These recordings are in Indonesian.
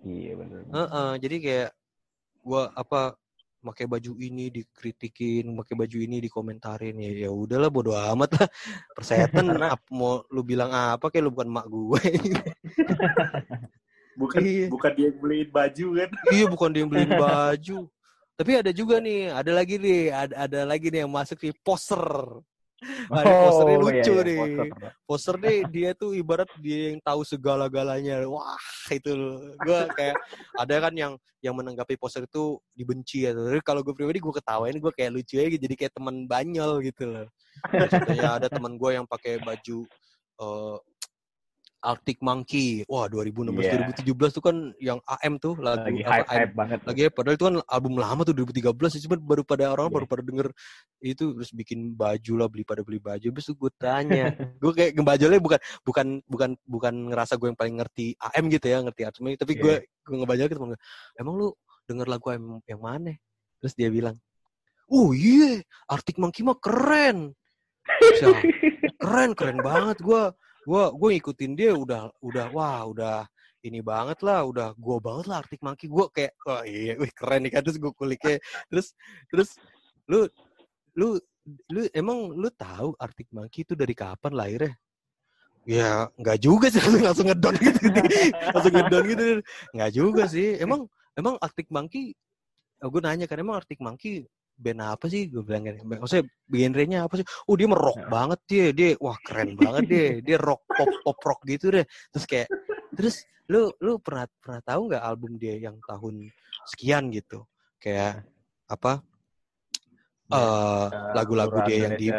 Iya benar. Jadi kayak gue pakai baju ini dikritikin, pakai baju ini dikomentarin, ya udahlah bodo amat lah. Persetan mau lu bilang apa, kayak lu bukan mak gue. bukan dia yang beliin baju kan. Iya, bukan dia yang beliin baju. Tapi ada juga nih, ada lagi nih yang masuk di poster. Ini posternya lucu nih. Poster nih dia tuh ibarat dia yang tahu segala-galanya. Wah, itu gue kayak ada kan yang menanggapi poster itu dibenci ya. Tapi kalau gue pribadi gue ketawain, gue kayak lucu aja, jadi kayak teman banyol gitu loh. Contohnya ada teman gue yang pakai baju Arctic Monkey. Wah, 2016 2017 tuh kan yang AM tuh lagu lagi hype banget. Lagi padahal itu kan album lama tuh 2013 sih, baru pada denger itu, terus bikin baju lah, beli baju. Terus gue tanya, gue kayak ngebajolnya bukan ngerasa gue yang paling ngerti AM gitu ya, ngerti Arctic Monkey, tapi gue ngebajol ke temen gue, emang lu denger lagu AM yang mana? Terus dia bilang, oh iya, Arctic Monkey mah keren. Keren banget. Gue ngikutin dia udah ini banget lah, udah gue banget lah Arctic Monkey. Gue kayak, wah iya, keren nih kan. Terus gue kuliknya, terus lu emang lu tahu Arctic Monkey itu dari kapan lahirnya? Ya nggak juga sih, langsung ngedon gitu, nggak juga sih. Emang Arctic Monkey, gue nanya kan, emang Arctic Monkey band apa sih? Gue bilang kan, maksudnya genrenya apa sih? Oh, dia merock banget dia, wah keren banget dia rock pop rock gitu deh. Terus lu pernah tahu nggak album dia yang tahun sekian gitu? Kayak apa? Lagu-lagu dia yang di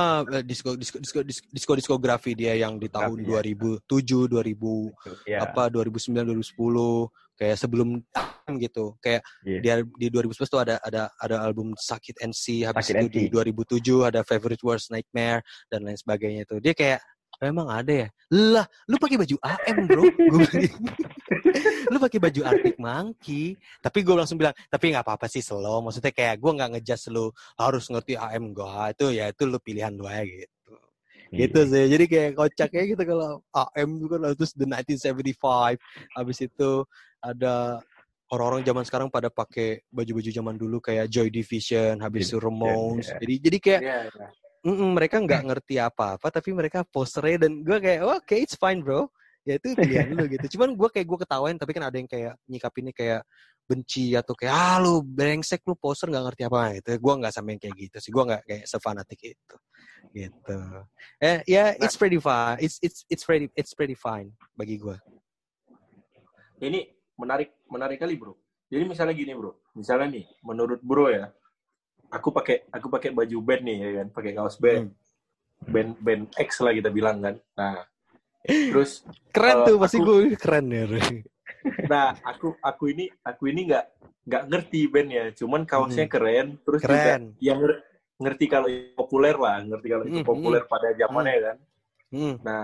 diskografi dia yang di tahun 2007, 2009, 2010 kayak sebelum gitu, kayak dia di 2011 tuh ada album Suck It and See, habis itu di 2007 ada Favorite Worst Nightmare dan lain sebagainya itu. Dia kayak, emang ada ya? Lah, lu pakai baju AM, bro. Lu pakai baju Arctic Monkey. Tapi gue langsung bilang, tapi nggak apa-apa sih slow. Maksudnya kayak gue nggak ngejudge lu harus ngerti AM gue. Itu lu pilihan lu aja gitu. Gitu sih. Jadi kayak kocaknya gitu kalau AM itu kan terus The 1975. Habis itu ada orang-orang zaman sekarang pada pakai baju-baju zaman dulu kayak Joy Division, habis itu Ramones. Jadi kayak mereka nggak ngerti apa-apa, tapi mereka posternya, dan gue kayak, oke, it's fine bro. Ya itu pilihan lu gitu. Cuman gue ketawain, tapi kan ada yang kayak nyikapinnya kayak benci atau kayak lu brengsek, lu poster nggak ngerti apa gitu. Gue nggak sampai kayak gitu sih. Gue nggak kayak sefanatik itu. Gitu. It's pretty fine. It's pretty fine bagi gue. Ini menarik kali bro. Jadi misalnya gini bro. Misalnya nih, menurut bro ya, aku pakai baju band nih ya kan, pakai kaos band. Band X lah kita bilang kan. Nah, terus keren tuh, pasti gue keren ya. Nah, aku ini nggak ngerti bandnya, cuman kaosnya keren, terus keren. Juga yang ngerti kalau populer lah, ngerti kalau itu populer pada zamannya kan. Nah,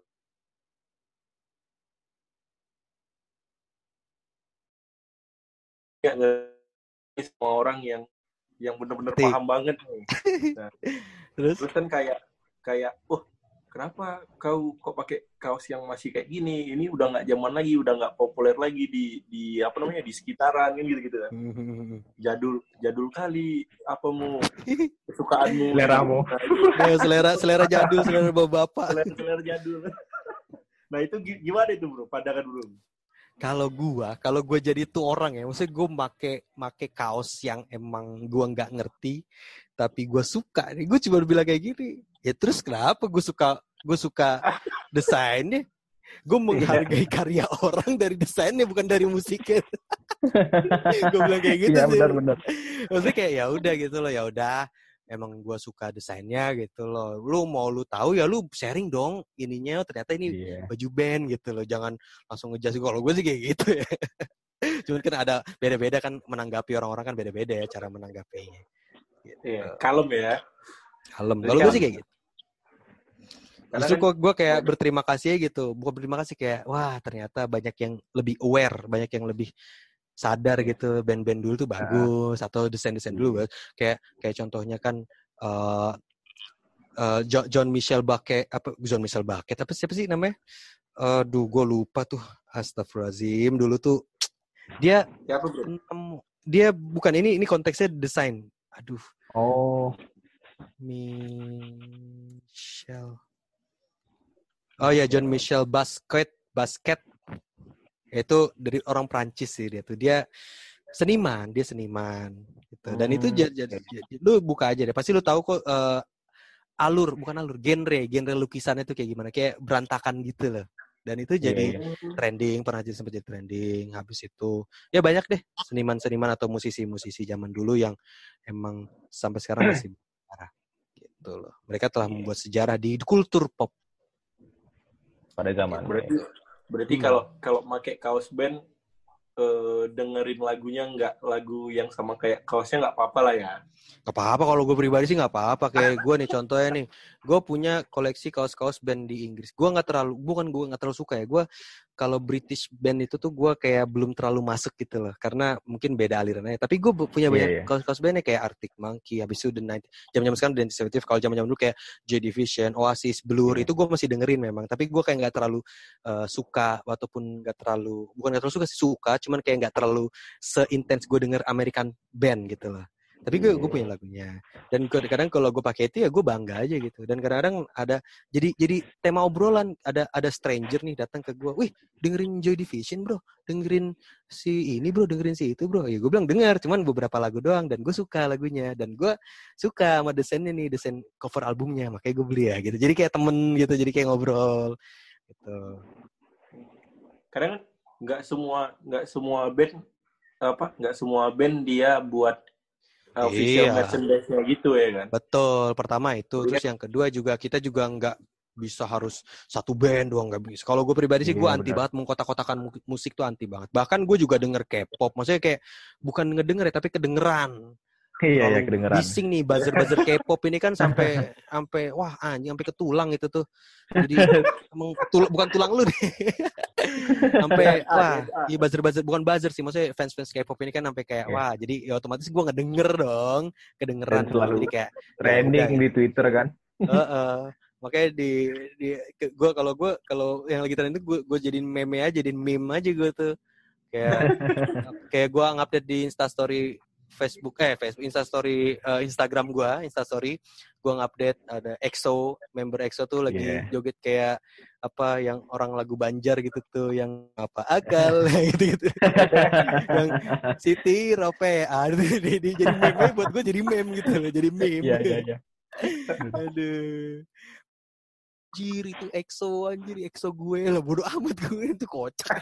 nggak ngerti semua orang yang benar-benar paham banget nih. Nah, terus kan kayak kenapa kau kok pakai kaos yang masih kayak gini? Ini udah nggak zaman lagi, udah nggak populer lagi di apa namanya, di sekitaran kan gitu kan. Jadul kali apamu, kesukaanmu, seleramu. selera jadul, selera bapak. Selera jadul. Nah, itu gimana itu, bro? Pandangan bro. Kalau gue jadi tuh orang ya, maksudnya gue make kaos yang emang gue nggak ngerti, tapi gue suka. Gue cuma bilang kayak gini. Ya terus kenapa gue suka desainnya? Gue menghargai karya orang dari desainnya, bukan dari musiknya. Gue bilang kayak gitu sih. Benar. Maksudnya kayak ya udah gitu loh, ya udah. Emang gue suka desainnya gitu loh. Lu tahu ya lu sharing dong ininya, ternyata ini baju band gitu loh. Jangan langsung ngejudge. Kalau gue sih kayak gitu ya. Cuman kan ada beda-beda kan, menanggapi orang-orang kan beda-beda ya cara menanggapinya. Gitu. Iya, kalem ya. Kalem. Kalau gue sih kayak gitu. Justru kok gue kayak berterima kasih gitu. Bukan berterima kasih, kayak wah ternyata banyak yang lebih aware, banyak yang lebih sadar gitu, band-band dulu tuh bagus, atau desain-desain dulu bagus. Kayak contohnya kan John Michel Bucket, apa siapa sih namanya? Gue lupa tuh. Astagfirullahaladzim, dulu tuh Dia Siapa, bro? Dia bukan, ini konteksnya desain. Aduh. Oh. Michel. Oh ya, Jean-Michel Basquiat. Itu dari orang Prancis sih dia tuh. Dia seniman gitu. Dan itu lu buka aja deh. Pasti lu tahu kok genre lukisannya itu kayak gimana, kayak berantakan gitu loh. Dan itu jadi trending, pernah jadi sempat jadi trending. Habis itu ya banyak deh seniman-seniman atau musisi-musisi zaman dulu yang emang sampai sekarang masih bersejarah gitu loh. Mereka telah membuat sejarah di kultur pop pada zaman. Berarti kalau pakai kaos band, dengerin lagunya nggak lagu yang sama kayak kaosnya, nggak apa-apa lah ya. Gak apa-apa, kalau gue pribadi sih gak apa-apa. Kayak gue nih, contohnya nih, gue punya koleksi kaos-kaos band di Inggris. Gue gak terlalu suka ya. Gue kalau British band itu tuh gue kayak belum terlalu masuk gitu loh. Karena mungkin beda alirannya. Tapi gue punya banyak kaos-kaos bandnya kayak Arctic Monkey, habis itu zaman-zaman sekarang Dance Sensitive. Kalau zaman-zaman dulu kayak Joy Division, Oasis, Blur, itu gue masih dengerin memang. Tapi gue kayak gak terlalu suka, ataupun bukan gak terlalu suka sih, suka, cuman kayak gak terlalu seintens gue denger American band gitu loh. Tapi gue punya lagunya, dan kadang kalau gue pakai itu ya gue bangga aja gitu. Dan kadang-kadang ada jadi tema obrolan, ada stranger nih datang ke gue, wih dengerin Joy Division bro, dengerin si ini bro, dengerin si itu bro. Ya gue bilang dengar, cuman beberapa lagu doang, dan gue suka lagunya, dan gue suka sama desainnya nih, desain cover albumnya, makanya gue beli ya gitu. Jadi kayak temen gitu, jadi kayak ngobrol gitu. Karena nggak semua band dia buat official merchandise-nya gitu ya kan. Betul, pertama itu. Terus yang kedua juga, kita juga nggak bisa harus satu band doang, nggak bisa. Kalau gue pribadi sih gue anti banget mengkotak-kotakan musik tuh, anti banget. Bahkan gue juga denger K-pop, maksudnya kayak bukan ngedenger ya, tapi kedengeran. Iya, kedengeran. Bising nih buzzer K-pop ini kan sampai wah anjing, sampai ke tulang itu tuh. Jadi emang bukan tulang lu deh. Sampai wah, iya buzzer bukan buzzer sih, maksudnya fans K-pop ini kan sampai kayak wah, jadi ya otomatis gue ngedenger dong, kedengeran dong. Jadi kayak trending di Twitter kan. Makanya gue kalau yang lagi trending itu gue jadiin meme aja, jadiin meme aja gue tuh. Kayak gue ngupdate di Instastory Instagram gue ngupdate ada member EXO tuh lagi joget kayak apa yang orang lagu Banjar gitu tuh, yang apa akal gitu yang Siti Rope jadi meme buat gue, jadi meme gitu loh, jadi meme. Iya. Aduh, itu EXO gue lah, bodo amat gue, itu kocak.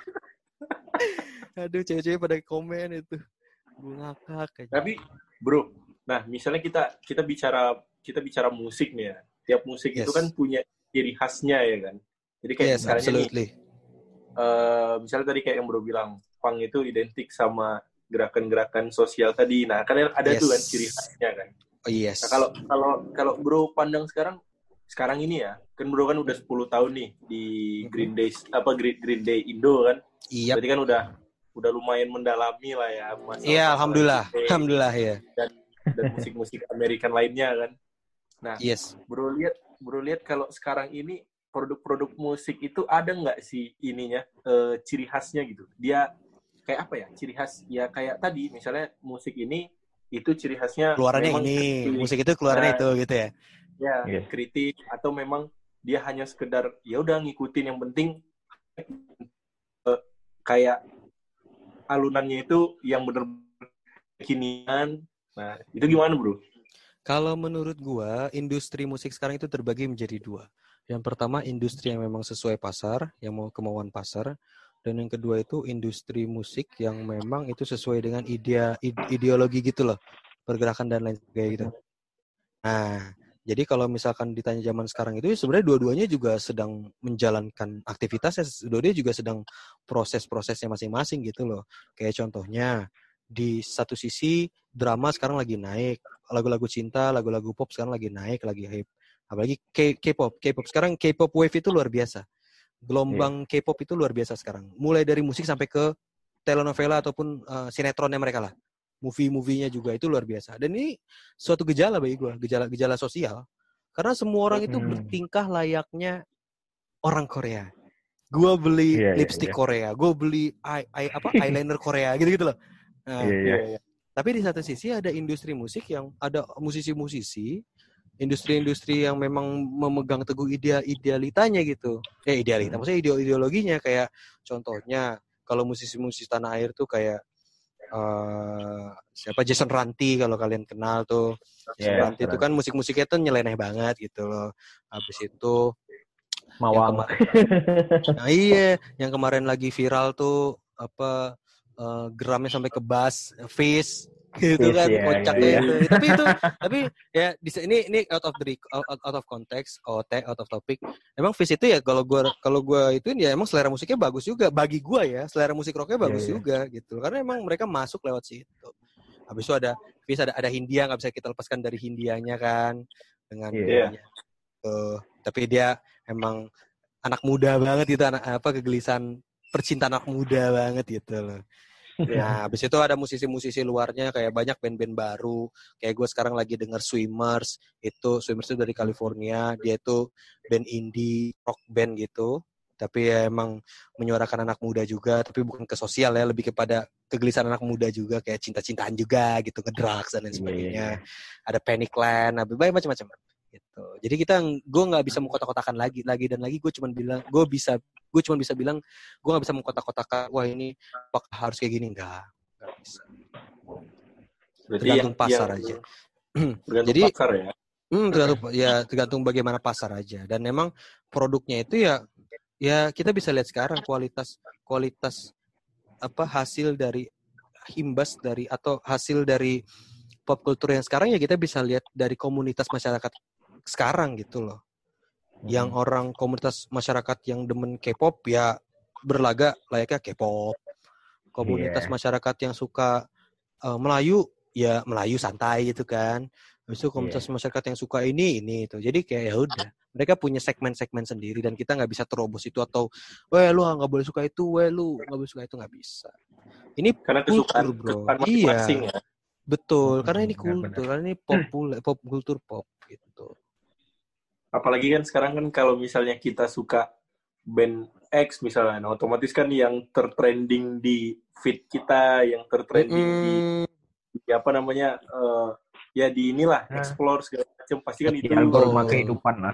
Aduh, cewek-cewek pada komen itu, gue ngakak aja. Tapi bro, nah misalnya kita bicara musik nih ya. Tiap musik itu kan punya ciri khasnya ya kan. Jadi kayak misalnya nih, misalnya tadi kayak yang bro bilang, punk itu identik sama gerakan-gerakan sosial tadi. Nah kan ada tuh kan ciri khasnya kan. Nah kalau bro pandang sekarang ini ya, kan bro kan udah 10 tahun nih di Green Day Indo kan. Berarti kan udah lumayan mendalami lah ya masalah. Iya, alhamdulillah ya. Dan musik-musik American lainnya kan. Nah, bro lihat kalau sekarang ini produk-produk musik itu ada nggak sih ininya ciri khasnya gitu? Dia kayak apa ya? Ciri khas ya kayak tadi misalnya musik ini itu ciri khasnya keluarannya ini, musik itu keluarannya itu gitu ya. Ya, kritik, atau memang dia hanya sekedar ya udah ngikutin, yang penting kayak alunannya itu yang benar-benar kekinian. Nah, itu gimana bro? Kalau menurut gua, industri musik sekarang itu terbagi menjadi dua. Yang pertama, industri yang memang sesuai pasar, yang mau kemauan pasar. Dan yang kedua itu industri musik yang memang itu sesuai dengan ideologi gitu loh, pergerakan dan lain sebagainya gitu. Nah, jadi kalau misalkan ditanya zaman sekarang itu, sebenarnya dua-duanya juga sedang menjalankan aktivitasnya, dua-duanya juga sedang proses-prosesnya masing-masing gitu loh. Kayak contohnya, di satu sisi drama sekarang lagi naik, lagu-lagu cinta, lagu-lagu pop sekarang lagi naik, lagi hype. Apalagi K-pop sekarang, K-pop wave itu luar biasa. Gelombang K-pop itu luar biasa sekarang. Mulai dari musik sampai ke telenovela ataupun sinetronnya mereka lah. Movie-movie-nya juga itu luar biasa. Dan ini suatu gejala bagi gue, gejala sosial. Karena semua orang itu bertingkah layaknya orang Korea. gue beli lipstick Korea, gue beli eyeliner Korea gitu loh. Nah, tapi di satu sisi ada industri musik yang ada musisi-musisi, industri-industri yang memang memegang teguh idealitanya gitu. Maksudnya ideologinya, kayak contohnya kalau musisi-musisi tanah air tuh kayak siapa, Jason Ranti kalau kalian kenal tuh. Jason Ranti itu kan musik-musiknya tuh nyeleneh banget gitu loh. Habis itu Mawang. Yang kemarin lagi viral tuh apa geramnya sampai ke bass, Fish gitu kan, kocaknya itu. Tapi ya ini out of context, out of topic. Emang Fish itu ya kalau gua itu ya emang selera musiknya bagus juga bagi gua ya. Selera musik rocknya bagus juga gitu. Karena emang mereka masuk lewat situ. Habis itu ada Fish, ada Hindia, nggak bisa kita lepaskan dari Hindianya kan dengan tapi dia emang anak muda banget gitu, kegelisahan percintaan anak muda banget gitu loh. Nah, habis itu ada musisi-musisi luarnya, kayak banyak band-band baru. Kayak gue sekarang lagi denger Swimmers itu dari California. Dia itu band indie rock band gitu. Tapi ya emang menyuarakan anak muda juga, tapi bukan ke sosial ya, lebih kepada kegelisahan anak muda juga, kayak cinta-cintaan juga gitu, ngedrugs dan lain sebagainya. Ada Panicland, banyak macam-macam gitu. Jadi gue nggak bisa mengkotak-kotakan lagi dan lagi. Gue cuma bisa bilang gue nggak bisa mengkotak-kotakan, wah ini apakah harus kayak gini, nggak bisa. Tergantung pasar aja. Jadi pasar ya. Tergantung bagaimana pasar aja. Dan memang produknya itu ya kita bisa lihat sekarang kualitas hasil dari imbas dari atau hasil dari pop kultur yang sekarang, ya kita bisa lihat dari komunitas masyarakat sekarang gitu loh. Yang orang komunitas masyarakat yang demen K-pop ya berlaga layaknya K-pop. Komunitas masyarakat yang suka Melayu ya Melayu santai gitu kan. Habis itu komunitas masyarakat yang suka ini itu. Jadi kayak ya udah, mereka punya segmen-segmen sendiri dan kita nggak bisa terobos itu, atau lu nggak boleh suka itu, lu nggak boleh suka itu, nggak bisa. Ini karena kultur, bro. Masing-masing ya. Betul, karena ini kultur, karena ini pop kultur pop gitu. Apalagi kan sekarang kan kalau misalnya kita suka band X misalnya, nah otomatis kan yang tertrending di feed kita, yang tertrending di apa namanya, ya di inilah explore segala macam, pasti kan itu algoritma kehidupan lah.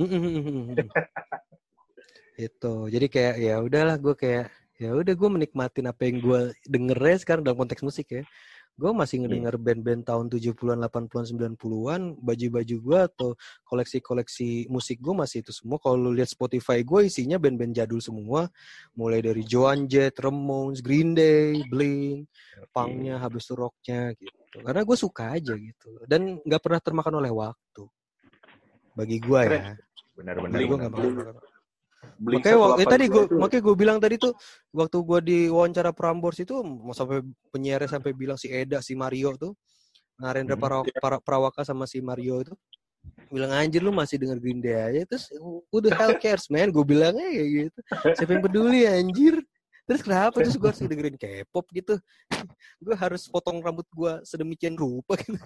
Itu, jadi kayak ya udahlah, gue menikmatin apa yang gue dengernya sekarang dalam konteks musik ya. Gue masih ngedenger band-band tahun 70-an, 80-an, 90-an, baju-baju gue atau koleksi-koleksi musik gue masih itu semua. Kalau lu lihat Spotify gue isinya band-band jadul semua, mulai dari Joan Jett, Ramones, Green Day, Blink, punknya, habis itu rocknya gitu. Karena gue suka aja gitu, dan nggak pernah termakan oleh waktu. Bagi gue ya. Benar-benar. Gue nggak pernah. Makanya gue bilang tadi tuh, waktu gue di wawancara Prambors itu, sampai penyiarnya sampai bilang, si Eda, si Mario tuh, Narendra Prawaka sama si Mario itu bilang, anjir lu masih denger Green Day aja. Terus who the hell cares man, gue bilangnya kayak gitu. Siapa yang peduli anjir. Terus kenapa terus gue harus dengerin K-pop gitu? Gue harus potong rambut gue sedemikian rupa gitu.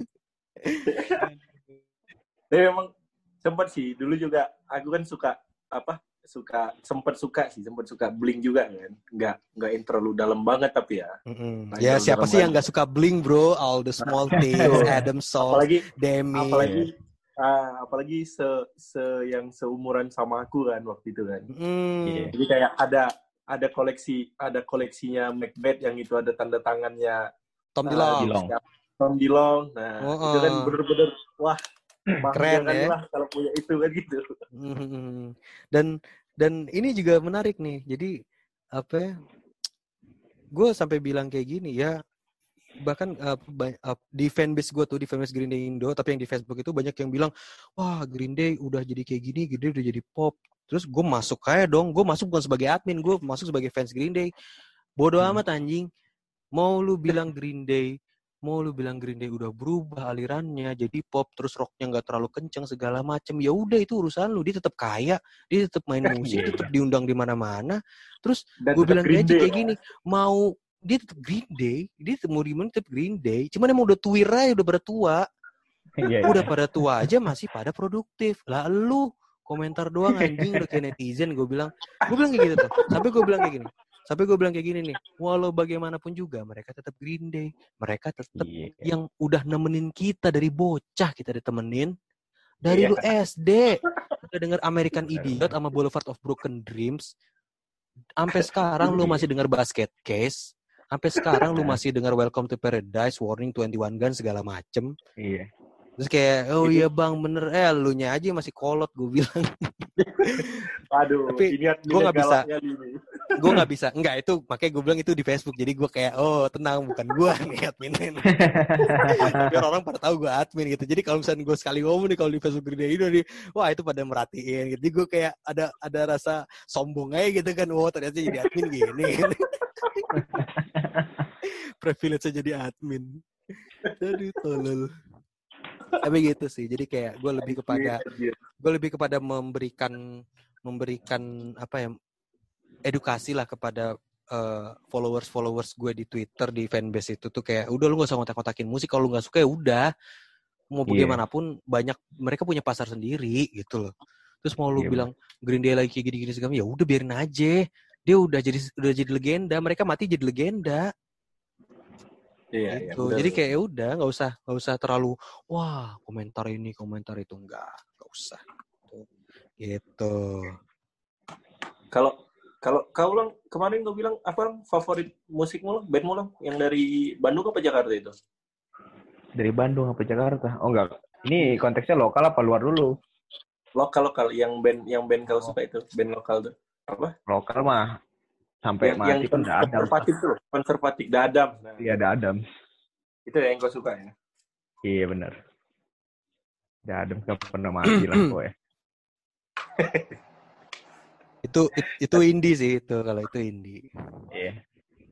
Tapi emang sempat sih dulu juga aku kan sempat suka Blink juga kan, nggak yang terlalu dalam banget tapi ya. Ya siapa sih yang nggak suka Blink, bro? All the Small Things, Adam Salt, Demi. Apalagi yang seumuran sama aku kan waktu itu kan. Jadi kayak ada koleksinya Macbeth yang itu ada tanda tangannya Tom DeLonge. Nah itu kan bener-bener wah, keren ya lah kalau punya itu kan gitu. Dan ini juga menarik nih. Jadi gue sampai bilang kayak gini ya, bahkan di fanbase gue tuh, di fanbase Green Day Indo, tapi yang di Facebook itu banyak yang bilang, wah Green Day udah jadi kayak gini, Green Day udah jadi pop. Terus gue masuk kayak dong, gue masuk bukan sebagai admin, gue masuk sebagai fans Green Day. Bodoh amat anjing. Mau lu bilang Green Day udah berubah alirannya jadi pop, terus rocknya nggak terlalu kencang segala macam, ya udah itu urusan lu. Dia tetap kaya, dia tetap main musik, tetap diundang di mana-mana. Terus gue bilang kayak gini, mau dia tetap Green Day, dia mau di mana tetap Green Day, cuman emang udah tuir aja, udah pada tua. Udah pada tua aja masih pada produktif. Lah lu komentar doang anjing udah kayak netizen. Gue bilang kayak gitu tuh. Sampai gue bilang kayak gini nih, walau bagaimanapun juga mereka tetap Green Day, mereka tetap yang udah nemenin kita dari bocah, kita ditemenin dari lu SD, udah denger American Idiot sama Boulevard of Broken Dreams, sampai sekarang lu masih denger Basket Case, sampai sekarang lu masih denger Welcome to Paradise, Warning, 21 Gun segala macem. Iya. Terus kayak, oh iya bang bener, lu nya aja masih kolot gue bilang. Aduh, tapi gue nggak bisa, enggak itu makanya gue bilang itu di Facebook, jadi gue kayak tenang bukan gue nih admin. Biar orang pada tahu gue admin gitu. Jadi kalau misalnya gue sekali ngomong nih kalau di Facebook Green Day ini, wah itu pada merhatiin gitu. Jadi gue kayak ada rasa sombong aja gitu kan, ternyata jadi admin gini. Privilege aja jadi admin. Jadi tolol. Tapi gitu sih. Jadi kayak gue lebih kepada memberikan apa ya, edukasi lah kepada followers gue di Twitter, di fanbase itu tuh kayak udah lu gak usah ngotak-ngotakin musik, kalau lu gak suka ya udah, mau bagaimanapun banyak mereka punya pasar sendiri gitu loh. Terus mau lu bilang Green Day lagi kayak gini-gini segala, ya udah biarin aja, dia udah jadi legenda, mereka mati jadi legenda. Gitu. Jadi kayak ya udah nggak usah terlalu wah komentar ini komentar itu, nggak usah gitu. Kalau kau ulang kemarin gue bilang apa favorit musikmu lo, bandmu lo yang dari Bandung apa Jakarta itu? Dari Bandung apa Jakarta? Oh enggak, ini konteksnya lokal apa luar dulu? Lokal yang band kau suka itu, band lokal tuh apa? Lokal mah sampai mati kan Dadam. Konservatif Dadam. Nah. Iya Dadam. Itu yang kau suka ya? Iya benar. Dadam gak pernah mati lah gue. itu indie sih itu, kalau itu indie. Iya.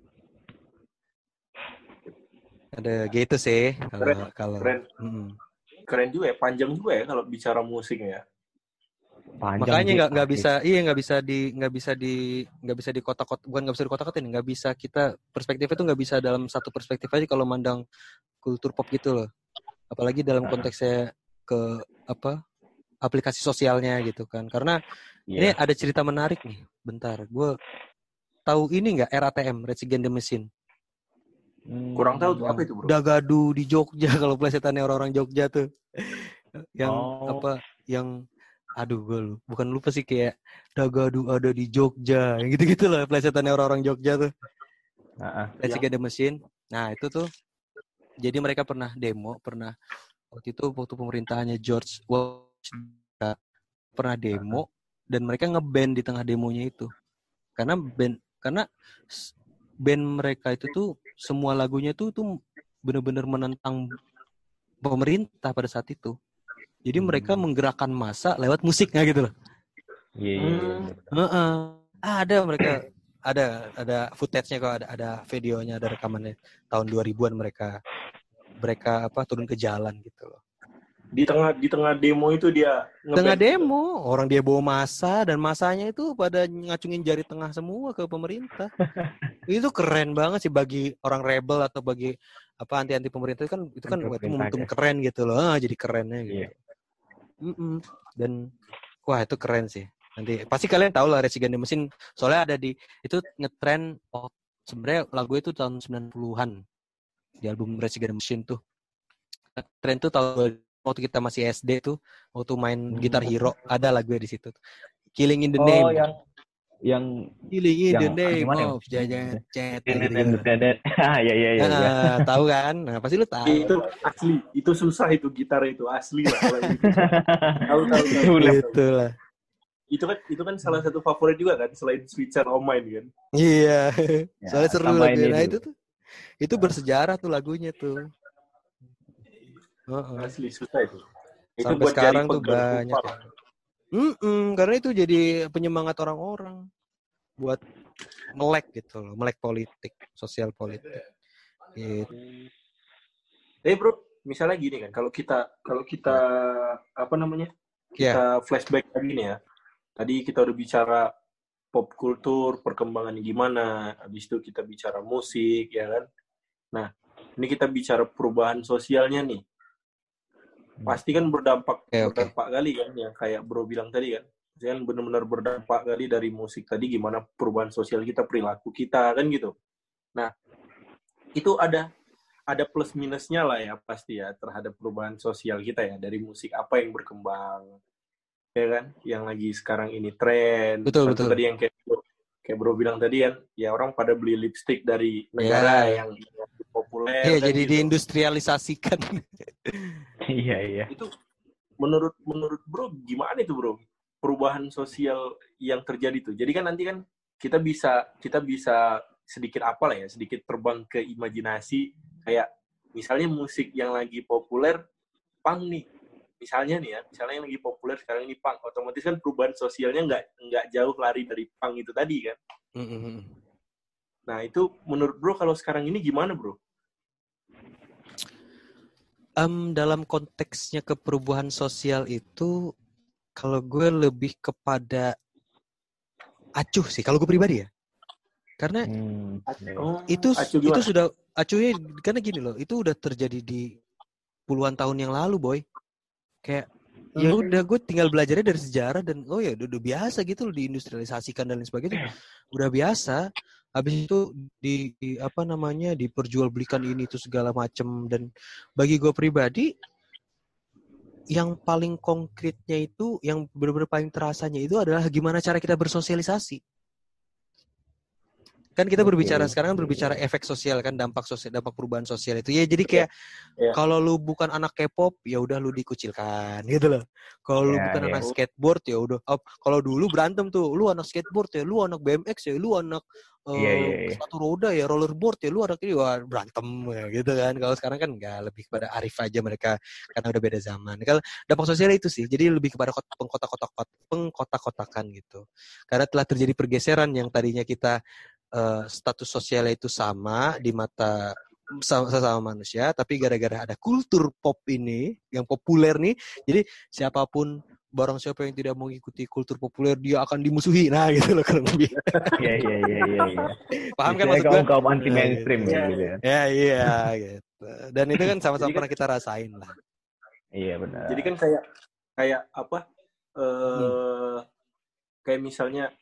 Ada gitu sih kalau keren juga ya, panjang juga ya kalau bicara musiknya. Makanya nggak bisa di kotak-kotak, bukan nggak bisa di kotak-kotakin, nggak bisa kita perspektifnya tuh nggak bisa dalam satu perspektif aja kalau mandang kultur pop gitu loh, apalagi dalam konteksnya ke apa aplikasi sosialnya gitu kan, karena ini ada cerita menarik nih. Bentar, gue tahu ini nggak RATM, Rage Against the Machine? Kurang tahu tuh apa itu bro? Dagadu di Jogja, kalau plesetannya orang-orang Jogja tuh yang yang aduh gue bukan lupa sih, kayak Dagadu ada di Jogja, yang gitu-gitu lah plesetannya orang-orang Jogja tuh. Rage Against the Machine. Nah itu tuh jadi mereka pernah waktu pemerintahannya George Bush pernah demo, dan mereka nge-ban di tengah demonya itu karena band mereka itu tuh semua lagunya tuh benar-benar menentang pemerintah pada saat itu. Jadi mereka menggerakkan massa lewat musiknya gitu loh. Ada mereka ada footage-nya kok, ada videonya, ada rekamannya tahun 2000-an mereka turun ke jalan gitu loh. Di tengah demo itu dia tengah demo, orang dia bawa massa, dan massanya itu pada ngacungin jari tengah semua ke pemerintah. Itu keren banget sih bagi orang rebel atau bagi anti pemerintah, itu kan momentum keren gitu loh. Jadi kerennya gitu. Dan wah itu keren sih. Nanti pasti kalian tahu lah Rage Against the Machine, soalnya ada itu ngetren sebenarnya lagu itu tahun 90-an. Di album Rage Against the Machine tuh. Tren tuh waktu kita masih SD tuh, waktu main Guitar Hero, ada lagunya di situ. Killing in the Name. Yang Killing in the Name of Jajan Cet. Iya. Tahu kan? Nah, pasti lu tahu. Itu asli, itu susah itu gitar itu asli lah kalau gitu. Tahu. Itulah. Itu kan salah satu favorit juga kan selain Switcher On Mine kan. Iya. Soalnya seru lagunya. Nah, itu bersejarah tuh lagunya tuh. Asli susah itu. Sampai sekarang tuh banyak. Karena itu jadi penyemangat orang-orang buat melek gitu loh, melek politik, sosial politik. Gitu. Bro, misalnya gini kan, kalau kita kita flashback lagi nih ya. Tadi kita udah bicara pop kultur, perkembangannya gimana, habis itu kita bicara musik, ya kan. Nah, ini kita bicara perubahan sosialnya nih. pasti kan berdampak kali kan, yang kayak bro bilang tadi kan. Jangan benar-benar berdampak kali dari musik tadi, gimana perubahan sosial kita, perilaku kita kan gitu. Nah, itu ada plus minusnya lah ya pasti ya terhadap perubahan sosial kita ya, dari musik apa yang berkembang ya kan, yang lagi sekarang ini tren. Betul. Tadi yang kayak bro bilang tadi kan, ya orang pada beli lipstick dari negara yang populer kan, jadi gitu. diindustrialisasikan. Iya. Itu menurut bro gimana itu bro, perubahan sosial yang terjadi tuh? Jadi kan nanti kan kita bisa sedikit sedikit terbang ke imajinasi, kayak misalnya musik yang lagi populer punk nih, misalnya yang lagi populer sekarang ini punk, otomatis kan perubahan sosialnya nggak jauh lari dari punk itu tadi kan. Nah itu menurut bro kalau sekarang ini gimana bro? Dalam konteksnya keperubahan sosial itu, kalau gue lebih kepada acuh sih, kalau gue pribadi ya. Karena itu sudah acuhnya, karena gini loh, itu udah terjadi di puluhan tahun yang lalu, boy. Kayak ya udah, gue tinggal belajarnya dari sejarah, dan ya udah biasa gitu loh, diindustrialisasikan dan lain sebagainya, udah biasa. Habis itu diperjualbelikan ini itu segala macem. Dan bagi gue pribadi, yang paling konkretnya itu, yang benar-benar paling terasanya itu adalah gimana cara kita bersosialisasi. Kan kita sekarang berbicara efek sosial kan, dampak perubahan sosial itu ya. Jadi kayak kalau lu bukan anak K-pop ya udah lu dikucilkan gitu loh. Kalau lu bukan anak skateboard ya udah. Kalau dulu berantem tuh, lu anak skateboard ya, lu anak BMX ya, lu anak sepatu roda ya, rollerboard ya, lu anak ini, wah berantem ya, gitu kan. Kalau sekarang kan enggak, lebih kepada arif aja mereka karena udah beda zaman. Kalau dampak sosial itu sih, jadi lebih kepada pengkotak-kotakan gitu. Karena telah terjadi pergeseran yang tadinya kita status sosialnya itu sama di mata sesama manusia, tapi gara-gara ada kultur pop ini yang populer nih, jadi siapapun, barang siapa yang tidak mengikuti kultur populer dia akan dimusuhi. Nah gitu loh kurang lebih. Iya. Paham kan maksud gue? Kaum anti mainstream gitu ya. Iya gitu. Dan itu kan sama-sama pernah kita rasain lah. Iya benar. Jadi kan kayak apa? Kayak misalnya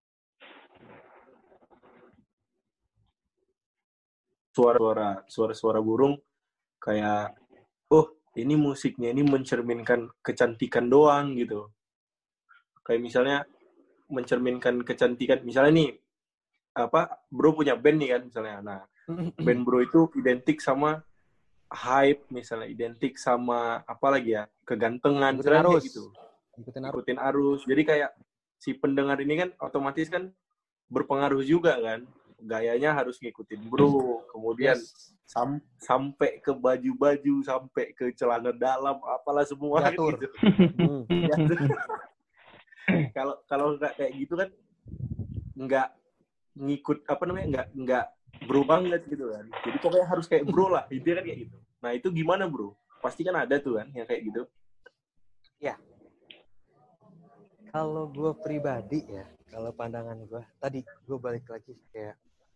suara burung, kayak ini musiknya ini mencerminkan kecantikan doang gitu. Kayak misalnya mencerminkan kecantikan, misalnya nih bro punya band nih kan misalnya. Nah, band bro itu identik sama hype, misalnya identik sama apa lagi ya, kegantengan, arus gitu. Ikutin arus. Jadi kayak si pendengar ini kan otomatis kan berpengaruh juga kan. Gayanya harus ngikutin bro, kemudian sampai ke baju-baju, sampai ke celana dalam, apalah semua diatur. Gitu. Kalau nggak kayak gitu kan nggak ngikut nggak bro banget gitu kan. Jadi pokoknya harus kayak bro lah, intinya kan kayak gitu. Nah itu gimana bro? Pasti kan ada tuh kan yang kayak gitu. Ya. Kalau gue pribadi ya, kalau pandangan gue, tadi gue balik lagi kayak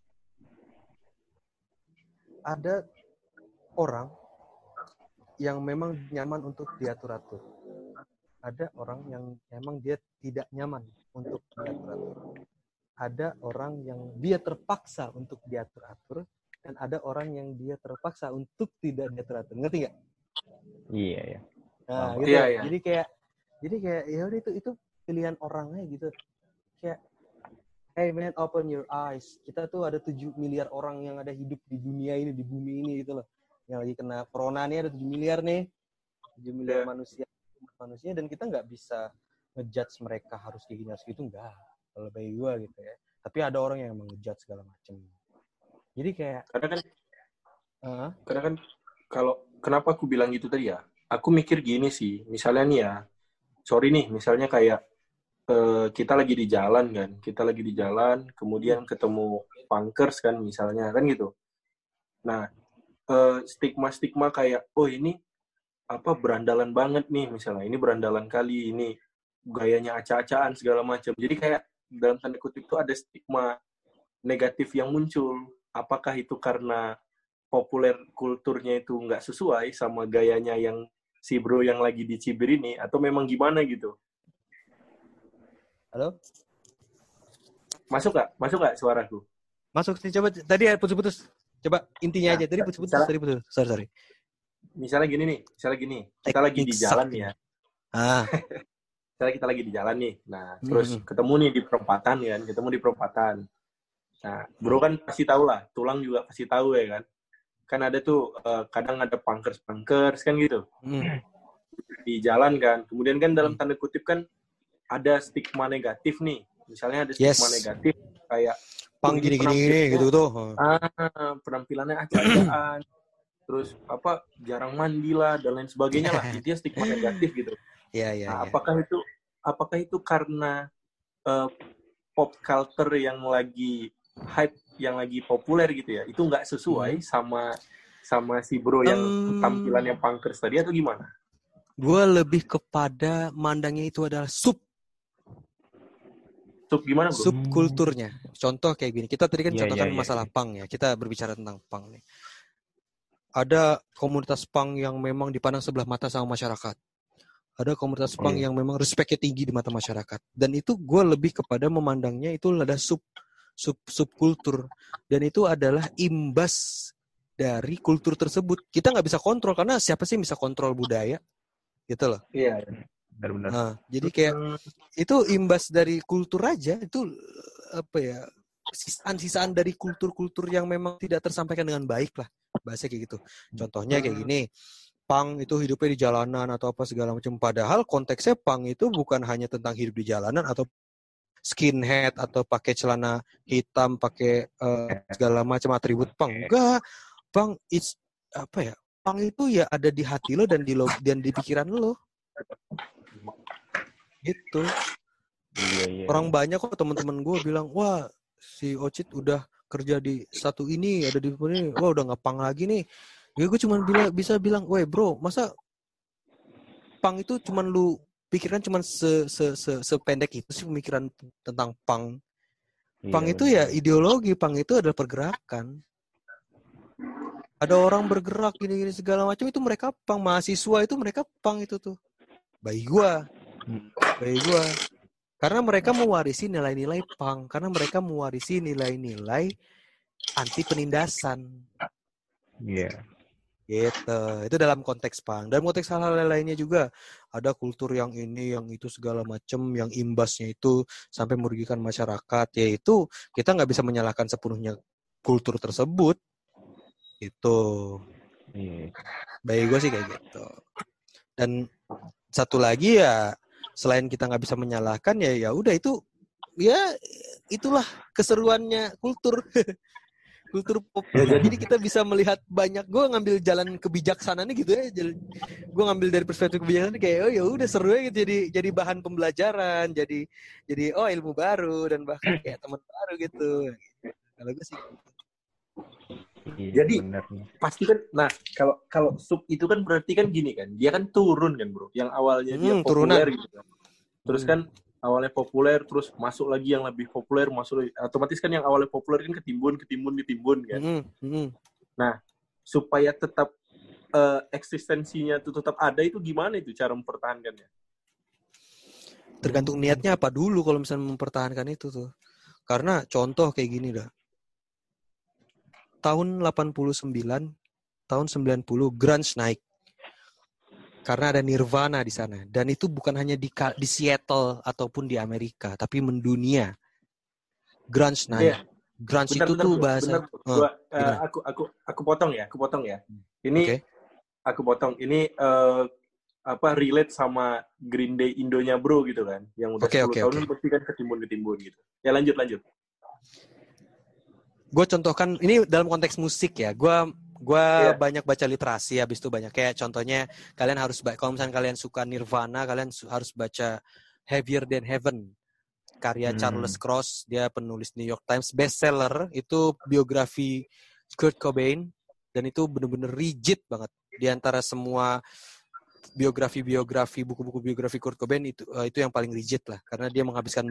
ada orang yang memang nyaman untuk diatur-atur. Ada orang yang memang dia tidak nyaman untuk diatur-atur. Ada orang yang dia terpaksa untuk diatur-atur, dan ada orang yang dia terpaksa untuk tidak diatur-atur. Ngerti nggak? Iya. Nah, gitu. Iya. Jadi kayak ya udah, itu pilihan orangnya gitu. Kayak, hey man, open your eyes. Kita tuh ada 7 miliar orang yang ada hidup di dunia ini, di bumi ini gitu loh. Yang lagi kena corona nih ada 7 miliar nih. 7 miliar manusia, dan kita nggak bisa ngejudge mereka harus kayak gini, harus gitu, enggak. Kalau bagi gue gitu ya. Tapi ada orang yang emang ngejudge segala macam. Jadi kayak karena kan kalau kenapa aku bilang gitu tadi ya? Aku mikir gini sih, misalnya nih ya, sorry nih, misalnya kayak kita lagi di jalan, kemudian ketemu punkers kan misalnya, kan gitu. Nah, stigma kayak, ini berandalan banget nih misalnya, ini berandalan kali, ini gayanya acak-acakan segala macam. Jadi kayak dalam tanda kutip itu ada stigma negatif yang muncul. Apakah itu karena populer kulturnya itu nggak sesuai sama gayanya yang si bro yang lagi di Cibir ini atau memang gimana gitu? Halo? Masuk gak suaraku? Masuk sih, coba tadi putus-putus. Coba intinya aja. Tadi putus-putus, tadi putus. Sorry. Misalnya gini. Kita lagi di jalan nih ya. Misalnya kita lagi di jalan nih. Nah, terus ketemu nih di perempatan kan. Nah, bro kan pasti tahu lah. Tulang juga pasti tahu ya kan. Kan ada tuh, kadang ada punkers kan gitu. Di jalan kan. Kemudian kan dalam tanda kutip kan ada stigma negatif nih. Misalnya ada stigma negatif kayak pang gini gitu tuh. Penampilannya acak-acakan. Terus jarang mandi lah dan lain sebagainya lah. Intinya stigma negatif gitu. Iya. Apakah itu karena pop culture yang lagi hype, yang lagi populer gitu ya? Itu nggak sesuai sama si bro yang tampilannya punkers tadi atau gimana? Gue lebih kepada mandangnya itu adalah gimana, bro? Subkulturnya. Contoh kayak gini. Kita tadi kan contohkan masalah punk ya. Kita berbicara tentang punk nih. Ada komunitas punk yang memang dipandang sebelah mata sama masyarakat. Ada komunitas punk yang memang respeknya tinggi di mata masyarakat. Dan itu gue lebih kepada memandangnya itu ada subkultur. Dan itu adalah imbas dari kultur tersebut. Kita nggak bisa kontrol karena siapa sih bisa kontrol budaya? Gitu loh. Iya. Benar-benar. Nah, jadi kayak itu imbas dari kultur aja, itu sisaan dari kultur-kultur yang memang tidak tersampaikan dengan baik lah, bahasa kayak gitu. Contohnya kayak gini, punk itu hidupnya di jalanan atau apa segala macam. Padahal konteksnya punk itu bukan hanya tentang hidup di jalanan atau skinhead atau pakai celana hitam, pakai segala macam atribut punk. Enggak, punk punk itu ya ada di hati lo dan di pikiran lo. Gitu. Iya. Orang banyak kok teman-teman gue bilang, wah si Ocit udah kerja di satu ini, ada di sini, wah udah nggak punk lagi nih. Ya gue cuma bisa bilang, weh bro, masa punk itu cuma lu pikirkan cuma sependek itu sih pemikiran tentang punk. Punk itu ya ideologi, punk itu adalah pergerakan. Ada orang bergerak gini-gini segala macam itu mereka punk, mahasiswa itu mereka punk itu tuh. Bagi gua. Karena mereka mewarisi nilai-nilai punk, karena mereka mewarisi nilai-nilai anti penindasan. Iya. Gitu. Itu dalam konteks punk. Dalam konteks hal-hal lainnya juga ada kultur yang ini, yang itu segala macam, yang imbasnya itu sampai merugikan masyarakat. Yaitu kita nggak bisa menyalahkan sepenuhnya kultur tersebut. Itu. Bagi gue sih kayak gitu. Dan satu lagi ya, selain kita nggak bisa menyalahkan ya udah itu ya itulah keseruannya kultur pop. Jadi kita bisa melihat banyak. Gue ngambil jalan kebijaksanaannya gitu ya. Gue ngambil dari perspektif kebijaksanaan kayak ya udah seru ya gitu, jadi bahan pembelajaran, jadi ilmu baru dan bahkan kayak teman baru gitu. Kalau gue sih. Jadi pasti kan, nah kalau sub itu kan berarti kan gini kan, dia kan turun kan bro, yang awalnya dia populer gitu kan. Terus kan awalnya populer, terus masuk lagi yang lebih populer, otomatis kan yang awalnya populer kan ketimbun kan. Nah supaya tetap eksistensinya itu tetap ada, itu gimana itu cara mempertahankannya? Tergantung niatnya apa dulu kalau misalnya mempertahankan itu tuh. Karena contoh kayak gini dah. Tahun 89, tahun 90 grunge naik. Karena ada Nirvana di sana. Dan itu bukan hanya di Seattle ataupun di Amerika, tapi mendunia. Grunge naik. Yeah. Grunge itu tuh bahasa. Aku potong ya. Ini aku potong. Ini relate sama Green Day Indonya bro gitu kan. Yang udah 10 tahun pasti kan ketimbun gitu. Ya lanjut. Gue contohkan ini dalam konteks musik ya. Gue banyak baca literasi, habis itu banyak kayak contohnya kalian harus kalau misalnya kalian suka Nirvana, kalian harus baca Heavier Than Heaven karya Charles Cross. Dia penulis New York Times bestseller. Itu biografi Kurt Cobain dan itu benar-benar rigid banget di antara semua buku-buku biografi Kurt Cobain. Itu yang paling rigid lah karena dia menghabiskan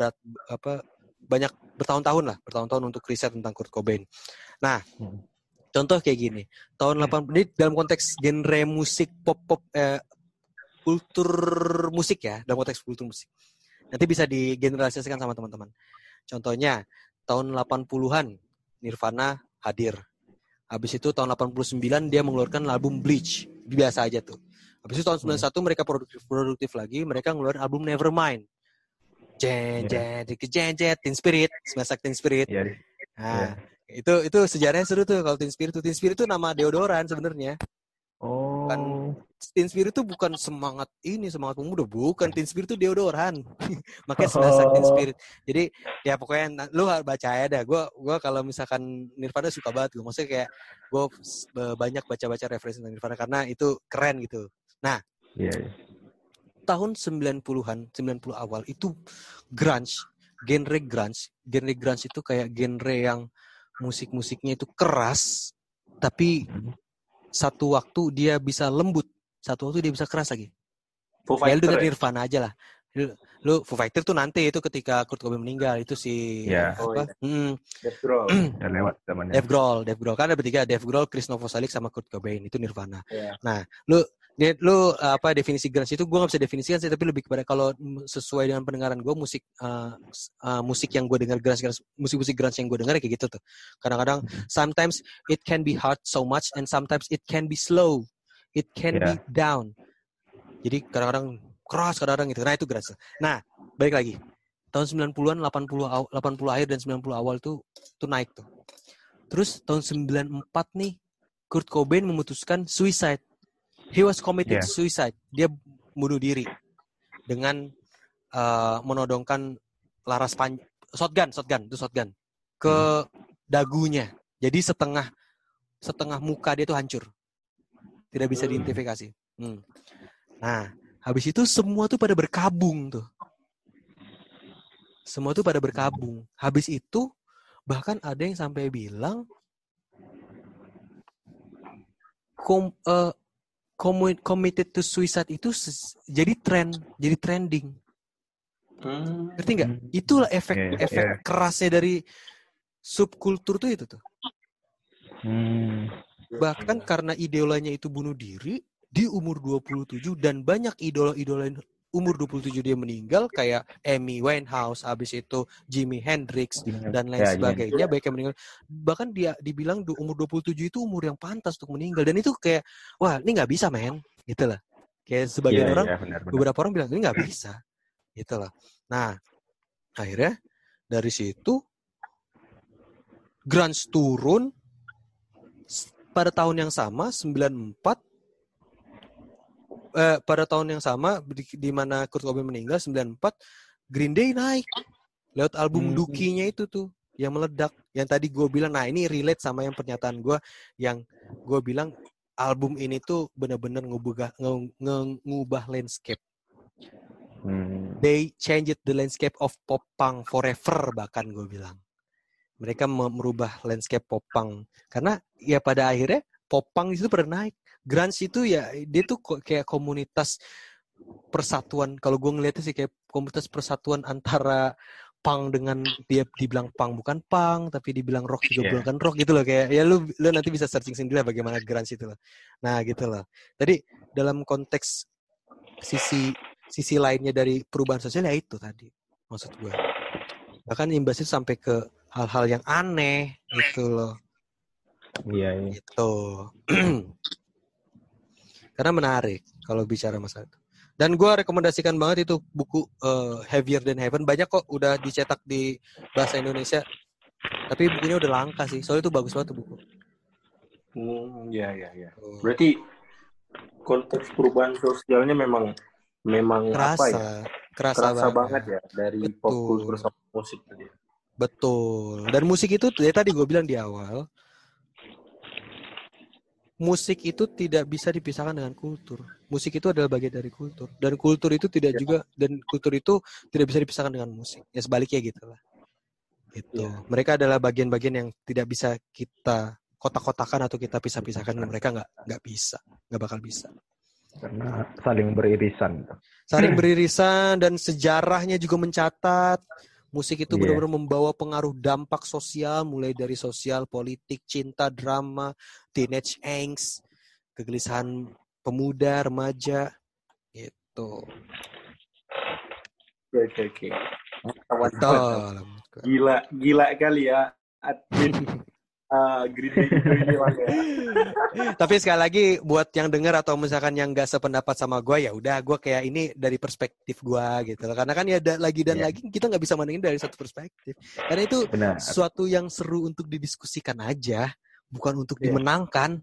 banyak bertahun-tahun untuk riset tentang Kurt Cobain. Nah, Contoh kayak gini. Tahun 80 ini dalam konteks genre musik pop kultur musik ya, dalam konteks kultur musik. Nanti bisa digeneralisasikan sama teman-teman. Contohnya tahun 80-an Nirvana hadir. Habis itu tahun 89 dia mengeluarkan album Bleach. Biasa aja tuh. Habis itu tahun 91 mereka produktif lagi, mereka ngeluarin album Nevermind. Teen Spirit, Smash Teen Spirit. Nah, itu sejarahnya seru tuh kalau Teen Spirit. Teen Spirit itu nama deodoran sebenarnya. Oh. Kan Teen Spirit itu bukan semangat pemuda, bukan. Teen Spirit itu deodoran. Makanya Smash Teen Spirit. Jadi ya pokoknya lu baca aja dah. Gua kalau misalkan Nirvana suka banget gue. Maksudnya kayak gue banyak baca-baca referensi tentang Nirvana karena itu keren gitu. Nah, tahun 90-an, 90 awal itu grunge, genre grunge itu kayak genre yang musik-musiknya itu keras, tapi satu waktu dia bisa lembut, satu waktu dia bisa keras lagi. Ya lu denger Nirvana aja lah. Lu Foo Fighter tuh nanti itu ketika Kurt Cobain meninggal itu si Dave Grohl. Udah lewat zamannya. Dave Grohl kan ada bertiga, Dave Grohl, Chris Novoselic sama Kurt Cobain, itu Nirvana. Nah, lu definisi grunge itu gue nggak bisa definisikan sih, tapi lebih kepada kalau sesuai dengan pendengaran gue musik yang gue dengar musik grunge yang gue dengar kayak gitu tuh. Kadang-kadang sometimes it can be hard so much and sometimes it can be slow, it can be down. Jadi kadang-kadang keras, kadang-kadang gitu. Nah itu grunge. Nah balik lagi tahun 90-an, 80 akhir dan 90 awal tuh naik tuh. Terus tahun 94 nih Kurt Cobain memutuskan suicide. He was committed suicide. Dia bunuh diri dengan menodongkan laras shotgun ke dagunya. Jadi setengah muka dia tuh hancur. Tidak bisa diidentifikasi. Nah, habis itu semua tuh pada berkabung tuh. Habis itu bahkan ada yang sampai bilang committed to suicide itu jadi trending. Ngerti nggak? Itulah efek kerasnya dari subkultur tuh itu tuh. Bahkan karena idolanya itu bunuh diri di umur 27 dan banyak idola umur 27 dia meninggal kayak Amy Winehouse, habis itu Jimi Hendrix dan lain sebagainya, baik yang meninggal. Bahkan dia dibilang umur 27 itu umur yang pantas untuk meninggal, dan itu kayak wah ini nggak bisa men, gitu lah. Kayak sebagian orang, beberapa orang bilang ini nggak bisa, gitu lah. Nah akhirnya dari situ grunge turun pada tahun yang sama 94. Pada tahun yang sama di mana Kurt Cobain meninggal 94, Green Day naik lewat album Dookie-nya itu tuh yang meledak. Yang tadi gue bilang, nah ini relate sama yang pernyataan gue yang gue bilang album ini tuh benar-benar ngubah landscape. They changed the landscape of pop punk forever, bahkan gue bilang. Mereka merubah landscape pop punk karena ya pada akhirnya pop punk itu pernah naik. Grunge itu ya dia tuh kayak komunitas persatuan. Kalau gue ngeliatnya sih kayak komunitas persatuan antara punk dengan dia dibilang punk bukan punk, tapi dibilang rock juga bukan rock gitu loh. Kayak ya lu nanti bisa searching sendiri lah bagaimana grunge itu loh. Nah gitu loh. Tadi dalam konteks sisi lainnya dari perubahan sosial ya itu tadi maksud gue. Bahkan imbasnya sampai ke hal-hal yang aneh gitu loh. Iya. Gitu. Karena menarik kalau bicara masalah itu. Dan gue rekomendasikan banget itu buku Heavier Than Heaven. Banyak kok udah dicetak di bahasa Indonesia. Tapi bukunya udah langka sih. Soalnya itu bagus banget tuh buku. Iya. Berarti konteks perubahan sosialnya memang kerasa banget ya dari pop culture sama musik tadi. Betul. Dan musik itu tadi gue bilang di awal, musik itu tidak bisa dipisahkan dengan kultur. Musik itu adalah bagian dari kultur. Dan kultur itu tidak bisa dipisahkan dengan musik. Ya sebaliknya gitu lah. Gitu. Mereka adalah bagian-bagian yang tidak bisa kita kotak-kotakan atau kita pisah-pisahkan. Mereka nggak bisa, nggak bakal bisa. Karena saling beririsan. Saling beririsan dan sejarahnya juga mencatat Musik itu benar-benar membawa pengaruh dampak sosial, mulai dari sosial, politik, cinta, drama, teenage angst, kegelisahan pemuda, remaja, gitu. Oke. Betul. Gila kali ya. Green Day ini lah ya. Tapi sekali lagi buat yang dengar atau misalkan yang nggak sependapat sama gue, ya udah gue kayak ini dari perspektif gue gitu loh. Karena kan ya lagi kita nggak bisa mandangin dari satu perspektif. Karena itu sesuatu yang seru untuk didiskusikan aja, bukan untuk dimenangkan.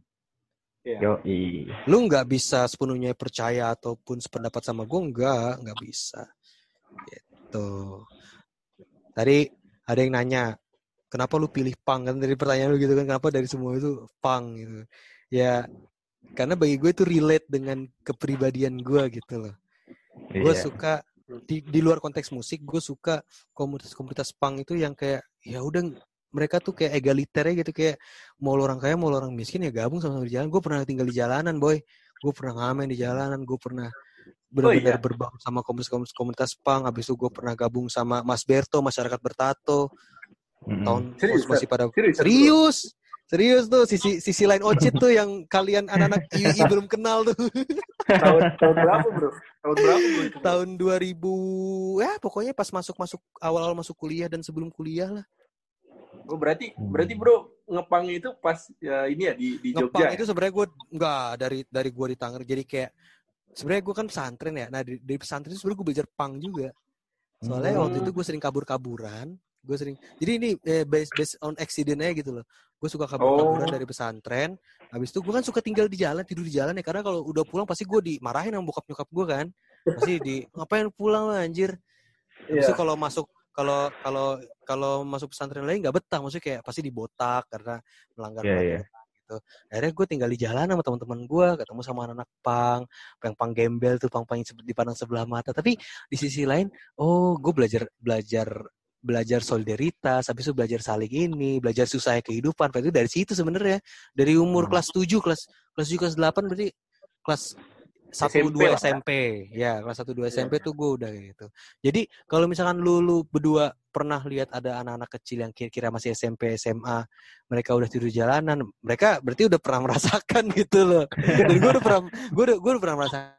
Lu nggak bisa sepenuhnya percaya ataupun sependapat sama gue, nggak bisa. Gitu. Tadi ada yang nanya, kenapa lu pilih punk? Kan dari pertanyaan lu gitu kan, kenapa dari semua itu punk gitu. Ya, karena bagi gue itu relate dengan kepribadian gue gitu loh. Gue suka, di luar konteks musik, gue suka komunitas punk itu yang kayak, ya udah mereka tuh kayak egaliter gitu, kayak mau lu orang kaya, mau lu orang miskin ya gabung sama-sama di jalan. Gue pernah tinggal di jalanan, boy. Gue pernah ngamen di jalanan, gue pernah benar-benar berbaur sama komunitas punk. Habis itu gue pernah gabung sama Mas Berto, Masyarakat Bertato. Tahun masih pada serius tuh sisi lain Ocit tuh yang kalian anak-anak UI belum kenal tuh. Tahun berapa bro? Tahun 2000 ya pokoknya pas awal-awal masuk kuliah dan sebelum kuliah lah. Oh berarti bro ngepang itu pas ini ya di Jogja. Ngepang itu sebenarnya gue enggak dari gue di Tangerang, jadi kayak sebenarnya gue kan pesantren ya. Nah di pesantren itu sebenarnya gue belajar pang juga. Soalnya waktu itu gue sering kabur-kaburan. Jadi ini based on accident aja gitu loh. Gue suka kabur-kaburan dari pesantren. Habis itu gue kan suka tidur di jalan ya. Karena kalau udah pulang pasti gue dimarahin sama bokap nyokap gue kan. Pasti ngapain pulang lah anjir. Habis itu kalau masuk pesantren lain nggak betah. Maksudnya kayak pasti dibotak karena melanggar peraturan gitu. Akhirnya gue tinggal di jalan sama teman-teman gue. Ketemu sama anak-anak pang. Pang gembel tuh, pang yang dipandang sebelah mata. Tapi di sisi lain, gue belajar solidaritas, habis itu belajar saling belajar susahnya kehidupan. Itu dari situ sebenarnya. Dari umur kelas 7, kelas 8 berarti kelas 1-2 SMP. Ya, kelas 1-2 SMP tuh gue udah gitu. Jadi, kalau misalkan lu berdua pernah lihat ada anak-anak kecil yang kira-kira masih SMP, SMA, mereka udah tidur jalanan, mereka berarti udah pernah merasakan gitu loh. Dan gue udah pernah merasakan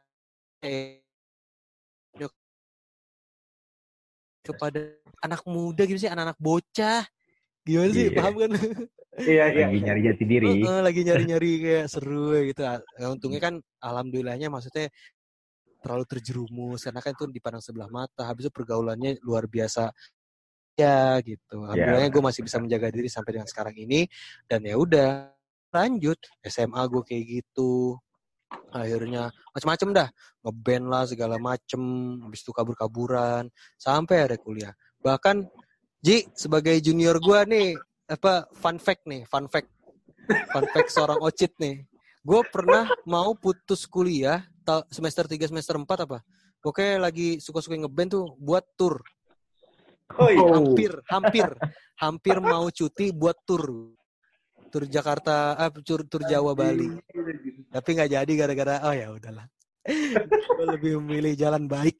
kepada anak muda gitu sih, anak-anak bocah. Gimana sih, paham kan? Iya. Lagi nyari jati diri. Lagi nyari kayak seru gitu. Untungnya kan alhamdulillahnya maksudnya terlalu terjerumus karena kan itu dipandang sebelah mata. Habis itu pergaulannya luar biasa ya gitu. Alhamdulillahnya gue masih bisa menjaga diri sampai dengan sekarang ini. Dan ya udah lanjut SMA gue kayak gitu. Akhirnya macam-macam dah, ngeband lah segala macem, habis itu kabur-kaburan sampai ada kuliah. Bahkan Ji sebagai junior gua nih, fun fact seorang Ocit nih. Gue pernah mau putus kuliah semester 3 semester 4 apa. Pokoknya lagi suka-suka ngeband tuh buat tour. Hampir mau cuti buat tur Jakarta, tur Jawa Bali. Tapi nggak jadi gara-gara ya udahlah. Gue lebih memilih jalan baik.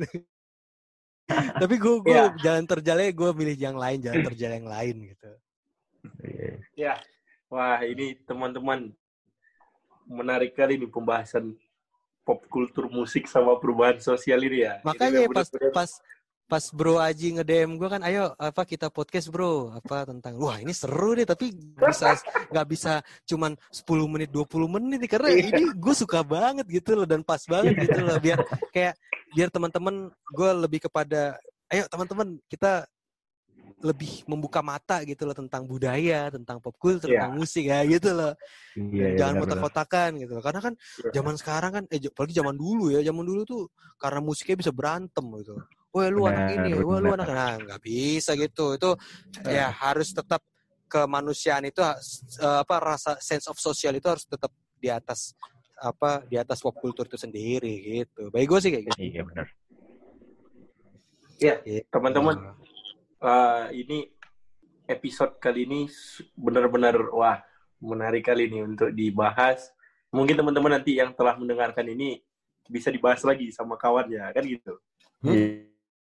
Tapi gue jalan terjalnya gue milih jalan terjal yang lain gitu. Ya, wah ini teman-teman menarik kali nih pembahasan pop kultur musik sama perubahan sosial ini ya. Makanya pas Bro Aji nge-DM gue kan, ayo kita podcast bro, tentang wah ini seru nih, tapi nggak bisa cuman 10 menit 20 menit nih, karena ini gue suka banget gitu loh dan pas banget gitu loh, biar teman-teman gue lebih kepada ayo teman-teman kita lebih membuka mata gitu loh tentang budaya, tentang pop culture, tentang musik ya gitu loh. Jangan kotak-kotakan gitu loh. Karena kan zaman sekarang kan apalagi zaman dulu tuh karena musiknya bisa berantem gitu. Wah lu anak ini, wah lu anak, nah nggak bisa gitu. Itu ya harus tetap kemanusiaan itu rasa sense of social itu harus tetap di atas pop culture itu sendiri gitu. Bagi gue sih kayak gitu. Iya benar. Ya teman-teman, ini episode kali ini benar-benar menarik kali ini untuk dibahas. Mungkin teman-teman nanti yang telah mendengarkan ini bisa dibahas lagi sama kawannya kan gitu.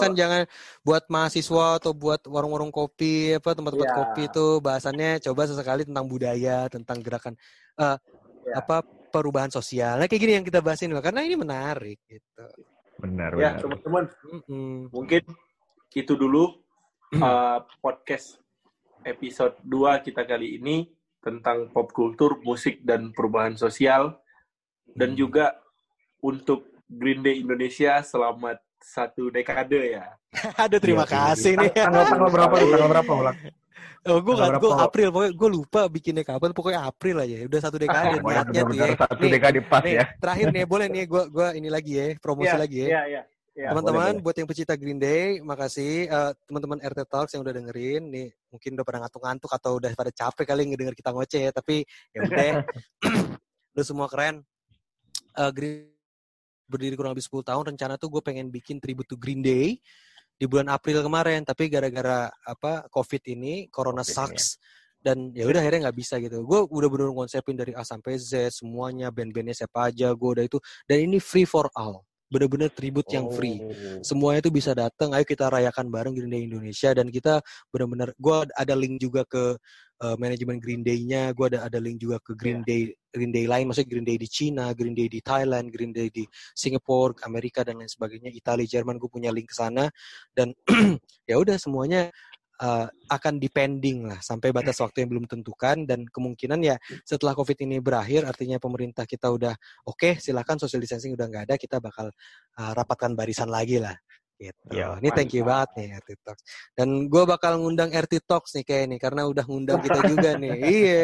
Talks-an jangan buat mahasiswa atau buat warung-warung kopi, tempat-tempat kopi itu bahasannya coba sesekali tentang budaya, tentang gerakan perubahan sosial. Nah, kayak gini yang kita bahasin karena ini menarik gitu. Benar. Ya, teman-teman. Mungkin itu dulu podcast episode 2 kita kali ini tentang pop kultur, musik dan perubahan sosial. Dan juga untuk Green Day Indonesia selamat 1 dekade ya. Aduh, terima kasih nih. Tanggal berapa ulang? Oh, gue April, pokoknya gue lupa bikinnya kapan, pokoknya April aja. Udah 1 dekade niatnya tuh ya. 1 dekade pas ya. Terakhir nih, boleh nih gue ini lagi ya, promosi lagi ya. Iya. Teman-teman, buat yang pecinta Green Day, makasih. Teman-teman RT Talks yang udah dengerin, nih mungkin udah pada ngantuk-ngantuk atau udah pada capek kali ngedenger kita ngoceh ya, tapi ya udah, lu semua keren. Green berdiri kurang lebih 10 tahun, rencana tuh gue pengen bikin tribute to Green Day di bulan April kemarin, tapi gara-gara COVID ini, Corona sucks, dan ya udah akhirnya nggak bisa gitu. Gue udah bener konsepin dari A sampai Z semuanya, band-bandnya siapa aja, gue udah itu, dan ini free for all. Bener-bener tribute yang free. Semuanya itu bisa datang, ayo kita rayakan bareng Green Day Indonesia, dan kita bener-bener, gue ada link juga ke manajemen Green Day-nya, gue ada link juga ke Green Day lain, maksudnya Green Day di Cina, Green Day di Thailand, Green Day di Singapura, Amerika dan lain sebagainya, Italia, Jerman, gue punya link ke sana, dan ya udah semuanya akan dipending lah sampai batas waktu yang belum tentukan, dan kemungkinan ya setelah COVID ini berakhir, artinya pemerintah kita udah oke, silakan social distancing udah nggak ada, kita bakal rapatkan barisan lagi lah. Gitu. Ini thank you banget nih RT Talks. Dan gue bakal ngundang RT Talks nih kayak nih, karena udah ngundang kita juga nih. Iya.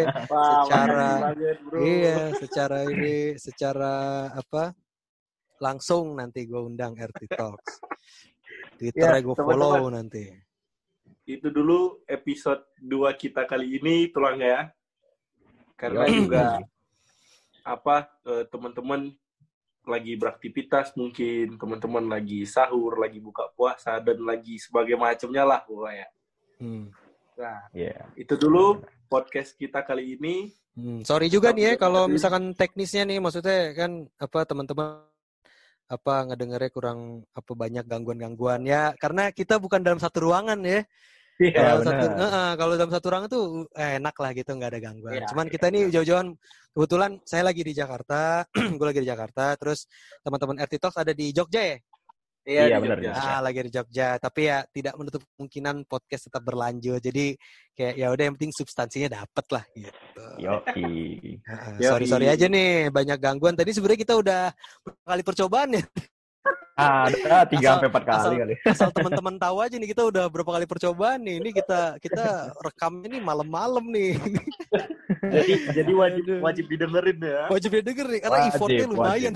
Secara langsung nanti gue undang RT Talks. Twitternya gue follow nanti. Itu dulu episode 2 kita kali ini, Tulang ya. Karena juga teman-teman lagi beraktivitas, mungkin teman-teman lagi sahur, lagi buka puasa, dan lagi sebagai macamnya lah pokoknya. Nah, itu dulu podcast kita kali ini. Sorry juga nih ya kalau misalkan teknisnya nih, maksudnya kan teman-teman ngedengernya kurang banyak gangguan-gangguan ya, karena kita bukan dalam satu ruangan ya. Kalau dalam satu ruangan tuh enak lah gitu, nggak ada gangguan. Cuman kita nih jauh-jauhan, kebetulan saya lagi di Jakarta, gue lagi di Jakarta, terus teman-teman RT Talks ada di Jogja ya? Iya benar. Lagi di Jogja, tapi ya tidak menutup kemungkinan podcast tetap berlanjut. Jadi kayak ya udah, yang penting substansinya dapet lah gitu. Sorry aja nih banyak gangguan. Tadi sebenarnya kita udah kali percobaan ya. Ada 3-4 kali kali. Asal teman-teman tahu aja nih, kita udah berapa kali percobaan nih. Ini kita rekam ini malam-malam nih. jadi wajib didengerin ya. Wajib didengerin karena effortnya lumayan.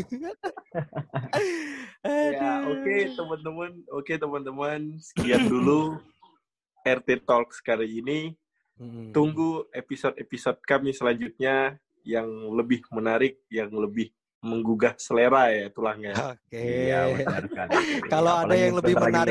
Ya, oke teman-teman, sekian dulu RT Talks kali ini. Tunggu episode-episode kami selanjutnya yang lebih menarik, yang lebih menggugah selera ya tulangnya. Oke. Iya, benar sekali. Kalau ada yang lebih menarik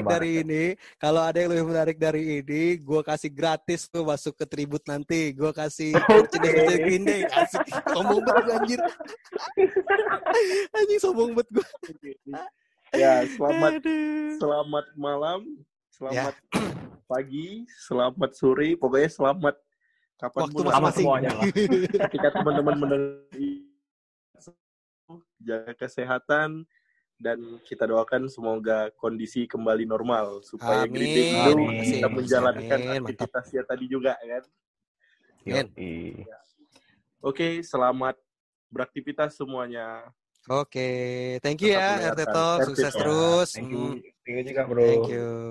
dari ini, gue kasih gratis tuh masuk ke tribut nanti. Gue kasih merchandise Green Day. Asik. Sombong banget gue, anjir. Anjing sombong banget gue. Ya, selamat malam, selamat pagi, selamat sore, pokoknya selamat kapanpun. Waktu semuanya lah. Ketika teman-teman mendengar, jaga kesehatan, dan kita doakan semoga kondisi kembali normal supaya Green Day bisa menjalankan aktivitasnya tadi juga kan. Oke, selamat beraktivitas semuanya. Oke, thank you ya RT Talk, sukses terus. Thank you juga bro. Thank you.